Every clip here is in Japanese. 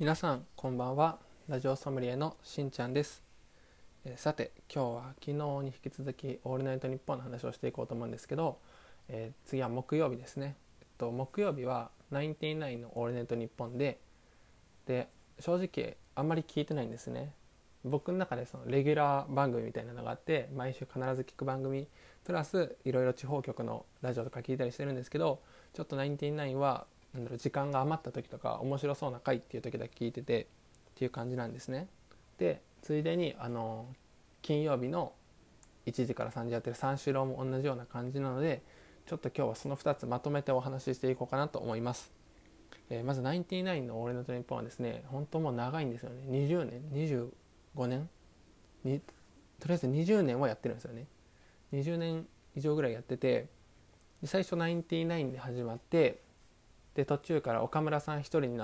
皆さんこんばんは。ラジオソムリエのしんちゃんです。さて今日は昨日に引き続きオールナイトニッポンの話をしていこうと思うんですけど、次は木曜日ですね。木曜日はナインティナインのオールナイトニッポンで正直あんまり聞いてないんですね。僕の中でそのレギュラー番組みたいなのがあって、毎週必ず聞く番組プラスいろいろ地方局のラジオとか聞いたりしてるんですけど、ちょっとナインティナインは時間が余った時とか面白そうな回っていう時だけ聞いててっていう感じなんですね。でついでに金曜日の1時から3時やってる三四郎も同じような感じなので、ちょっと今日はその2つまとめてお話ししていこうかなと思います。まずナインティナインのオールナイトニッポンはですね、本当もう長いんですよね。20年25年にとりあえず20年はやってるんですよね。20年以上ぐらいやってて、で最初ナインティナインで始まって、で途中から岡村さん一人になって、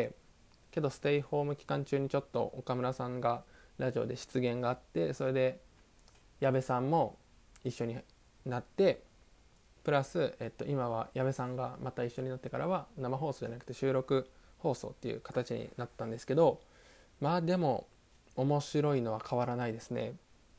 けどステイホーム期間中にちょっと岡村さんがラジオで出現があって、それで矢部さんも一緒になって、プラス、今は矢部さんがまた一緒になってからは生放送じゃなくて収録放送っていう形になったんですけど、まあでも面白いのは変わらないですね。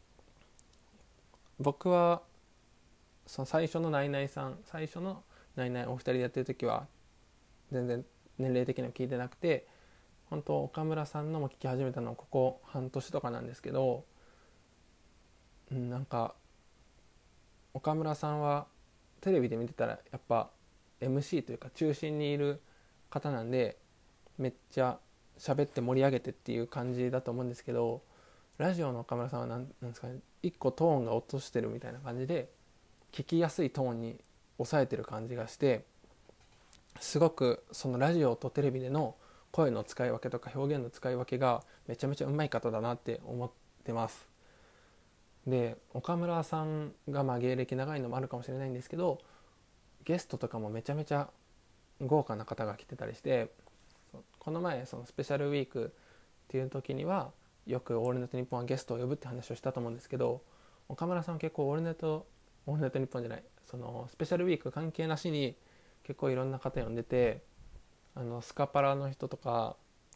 僕はその最初のナイナイお二人でやってる時は全然年齢的には聞いてなくて、本当岡村さんのも聞き始めたのはここ半年とかなんですけど、なんか岡村さんはテレビで見てたらやっぱ MC というか中心にいる方なんで、めっちゃ喋って盛り上げてっていう感じだと思うんですけど、ラジオの岡村さんはなんですかね、一個トーンが落としてるみたいな感じで聞きやすいトーンに抑えてる感じがして、すごくそのラジオとテレビでの声の使い分けとか表現の使い分けがめちゃめちゃうまい方だなって思ってます。で岡村さんが芸歴長いのもあるかもしれないんですけど、ゲストとかもめちゃめちゃ豪華な方が来てたりして、この前そのスペシャルウィークっていう時にはよくオールナイトニッポンはゲストを呼ぶって話をしたと思うんですけど、岡村さんは結構オールナイトニッポンじゃない、そのスペシャルウィーク関係なしに結構いろんな方呼んでて、スカパラの人とか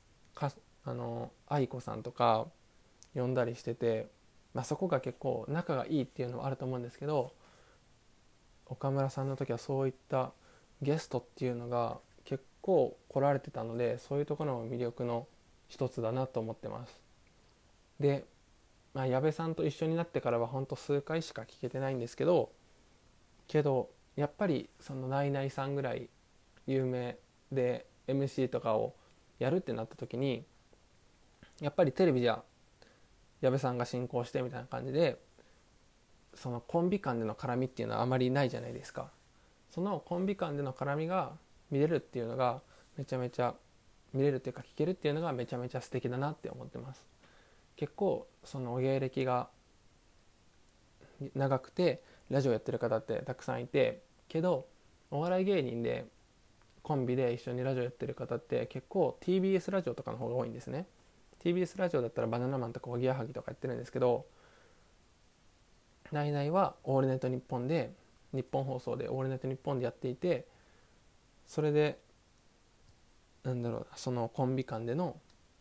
愛子さんとか呼んだりしてて、そこが結構仲がいいっていうのはあると思うんですけど、岡村さんの時はそういったゲストっていうのが結構来られてたので、そういうところも魅力の一つだなと思ってます。で、矢部さんと一緒になってからは本当数回しか聞けてないんですけどやっぱりそのナイナイさんぐらい有名で MC とかをやるってなった時に、やっぱりテレビじゃ矢部さんが進行してみたいな感じで、そのコンビ間での絡みっていうのはあまりないじゃないですか。そのコンビ間での絡みが見れるっていうのがめちゃめちゃ見れるっていうか聞けるっていうのがめちゃめちゃ素敵だなって思ってます。結構その芸歴が長くてラジオやってる方ってたくさんいて、けどお笑い芸人でコンビで一緒にラジオやってる方って結構 TBS ラジオとかの方が多いんですね。 TBS ラジオだったらバナナマンとかおぎやはぎとかやってるんですけど、ナイナイはオールナイトニッポンで、日本放送でオールナイトニッポンでやっていて、それでそのコンビ間での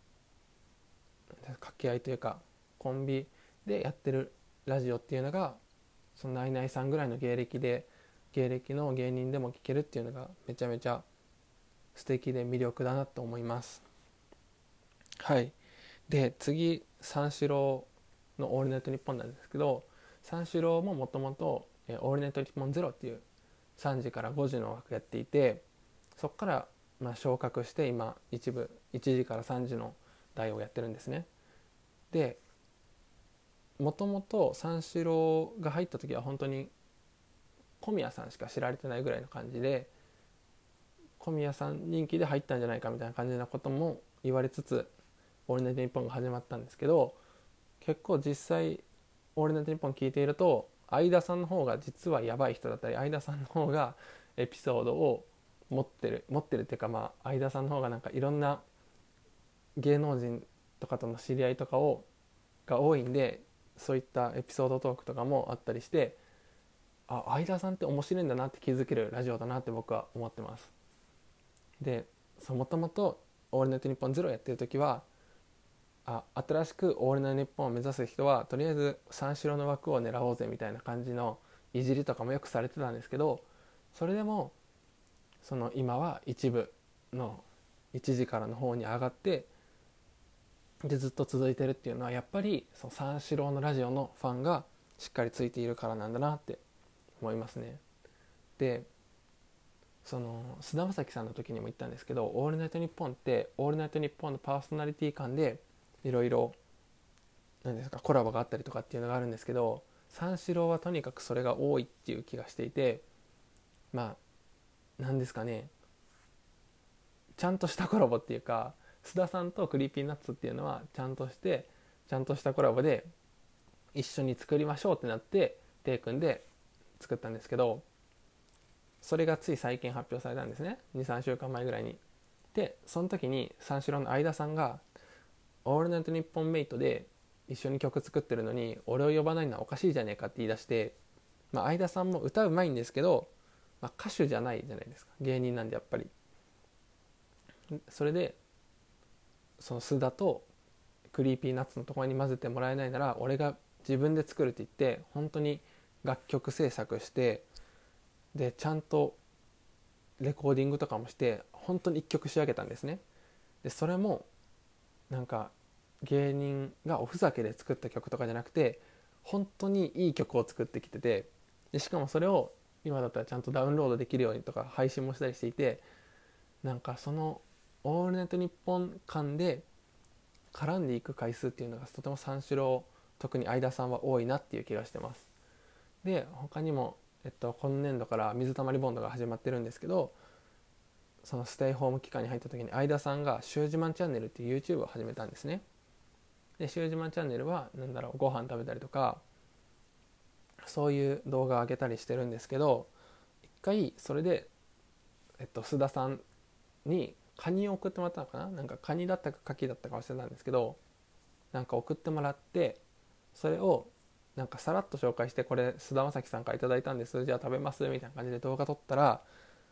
掛け合いというか、コンビでやってるラジオっていうのがそのナイナイさんぐらいの芸歴の芸人でも聞けるっていうのがめちゃめちゃ素敵で魅力だなと思います。はい。で次三四郎の「オールナイトニッポン」なんですけど、三四郎ももともと「オールナイトニッポンゼロ」っていう3時から5時の枠やっていて、そこから昇格して今一部1時から3時の台をやってるんですね。でもともと三四郎が入った時は本当に小宮さんしか知られてないぐらいの感じで、小宮さん人気で入ったんじゃないかみたいな感じなことも言われつつオールナイトニッポンが始まったんですけど、結構実際オールナイトニッポン聞いていると相田さんの方が実はやばい人だったり、相田さんの方がエピソードを持ってるっていうか、相田さんの方がなんかいろんな芸能人とかとの知り合いとかが多いんで、そういったエピソードトークとかもあったりして、相田さんって面白いんだなって気づけるラジオだなって僕は思ってます。でもともとオールナイトニッポンゼロやってる時は新しくオールナイトニッポンを目指す人はとりあえず三四郎の枠を狙おうぜみたいな感じのいじりとかもよくされてたんですけど、それでもその今は一部の1時からの方に上がってでずっと続いてるっていうのはやっぱりその三四郎のラジオのファンがしっかりついているからなんだなって思いますね。でその菅田将暉さんの時にも言ったんですけど、オールナイトニッポンってオールナイトニッポンのパーソナリティ間でいろいろ何ですかコラボがあったりとかっていうのがあるんですけど、三四郎はとにかくそれが多いっていう気がしていて、まあ何ですかね、ちゃんとしたコラボっていうか、須田さんとクリーピーナッツっていうのはちゃんとしたコラボで一緒に作りましょうってなって手組んで作ったんですけど、それがつい最近発表されたんですね、 2,3 週間前ぐらいに。でその時に三四郎の相田さんがオールナイトニッポンメイトで一緒に曲作ってるのに俺を呼ばないのはおかしいじゃねえかって言い出して、相田さんも歌うまいんですけど、歌手じゃないじゃないですか、芸人なんでやっぱり。それでその須田とクリーピーナッツのところに混ぜてもらえないなら俺が自分で作るって言って本当に楽曲制作して、でちゃんとレコーディングとかもして本当に一曲仕上げたんですね。でそれもなんか芸人がおふざけで作った曲とかじゃなくて本当にいい曲を作ってきてて、でしかもそれを今だったらちゃんとダウンロードできるようにとか配信もしたりしていて、なんかそのオールナイトニッポン間で絡んでいく回数っていうのがとても三四郎特に相田さんは多いなっていう気がしてます。で他にも、今年度から水溜りボンドが始まってるんですけど、そのステイホーム期間に入った時に相田さんがシュージマンチャンネルっていう YouTube を始めたんですね。でシュージマンチャンネルはご飯食べたりとかそういう動画を上げたりしてるんですけど、一回それで、須田さんにカニを送ってもらったのかな、なんかカニだったかカキだったか忘れたんですけど、なんか送ってもらって、それをなんかさらっと紹介して、これ菅田将暉さんからいただいたんです、じゃあ食べますみたいな感じで動画撮ったら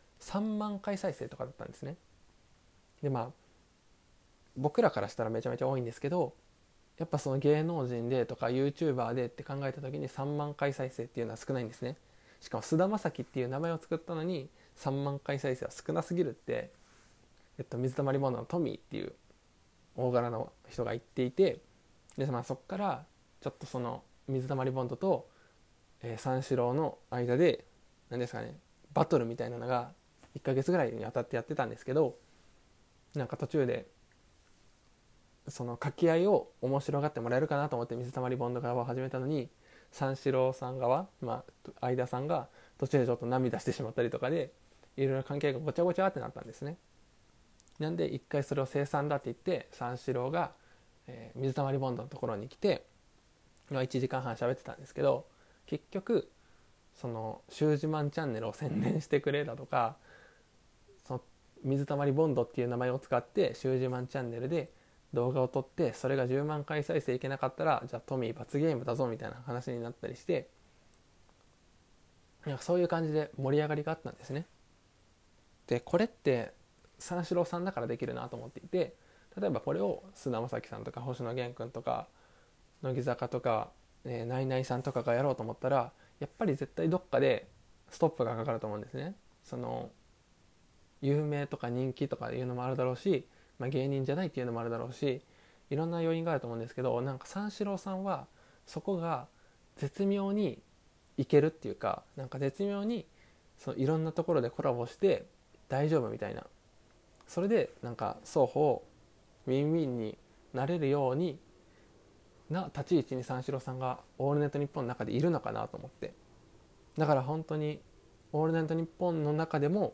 3万回再生とかだったんですね。で僕らからしたらめちゃめちゃ多いんですけど、やっぱその芸能人でとか YouTuber でって考えた時に3万回再生っていうのは少ないんですね。しかも菅田将暉っていう名前を作ったのに3万回再生は少なすぎるって、水溜りボンドのトミーっていう大柄の人が言っていて、で、そこからちょっとその水溜りボンドと、三四郎の間で何ですかね、バトルみたいなのが1ヶ月ぐらいにわたってやってたんですけど、なんか途中でその掛け合いを面白がってもらえるかなと思って水溜りボンド側を始めたのに、三四郎さん側、相田さんが途中でちょっと涙してしまったりとかでいろいろ関係がごちゃごちゃってなったんですね。なんで一回それを清算だって言って三四郎が、水溜りボンドのところに来て、1時間半喋ってたんですけど、結局そのシュージマンチャンネルを宣伝してくれだとか、その水溜りボンドっていう名前を使ってシュージマンチャンネルで動画を撮って、それが10万回再生いけなかったらじゃあトミー罰ゲームだぞみたいな話になったりして、なんかそういう感じで盛り上がりがあったんですね。でこれって三四郎さんだからできるなと思っていて、例えばこれを菅田将暉さんとか星野源君とか乃木坂とか、ナイナイさんとかがやろうと思ったらやっぱり絶対どっかでストップがかかると思うんですね。その有名とか人気とかいうのもあるだろうし、芸人じゃないっていうのもあるだろうし、いろんな要因があると思うんですけど、なんか三四郎さんはそこが絶妙にいけるっていうか、なんか絶妙にそのいろんなところでコラボして大丈夫みたいな、それでなんか双方ウィンウィンになれるようにな立ち位置に三四郎さんがオールナイトニッポンの中でいるのかなと思って、だから本当にオールナイトニッポンの中でも、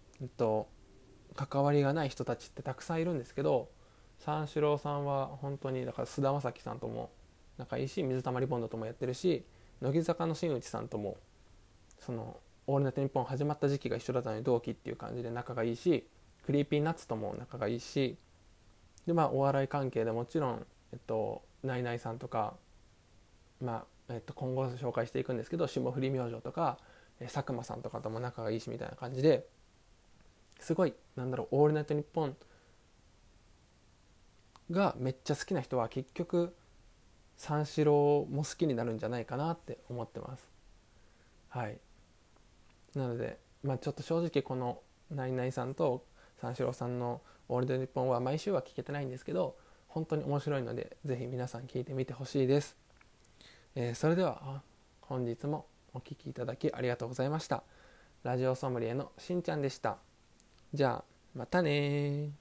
関わりがない人たちってたくさんいるんですけど、三四郎さんは本当にだから菅田将暉さんとも仲いいし、水溜りボンドともやってるし、乃木坂の新内さんともそのオールナイトニッポン始まった時期が一緒だったのに同期っていう感じで仲がいいし、クリーピーナッツとも仲がいいし、でお笑い関係でもちろんナイナイさんとか、今後紹介していくんですけど霜降り明星とか佐久間さんとかとも仲がいいしみたいな感じで、すごいオールナイトニッポンがめっちゃ好きな人は結局三四郎も好きになるんじゃないかなって思ってます。はい。なので、ちょっと正直このナイナイさんと三四郎さんのオールデンニッポンは毎週は聞けてないんですけど、本当に面白いのでぜひ皆さん聞いてみてほしいです。それでは本日もお聞きいただきありがとうございました。ラジオソムリエのしんちゃんでした。じゃあまたね。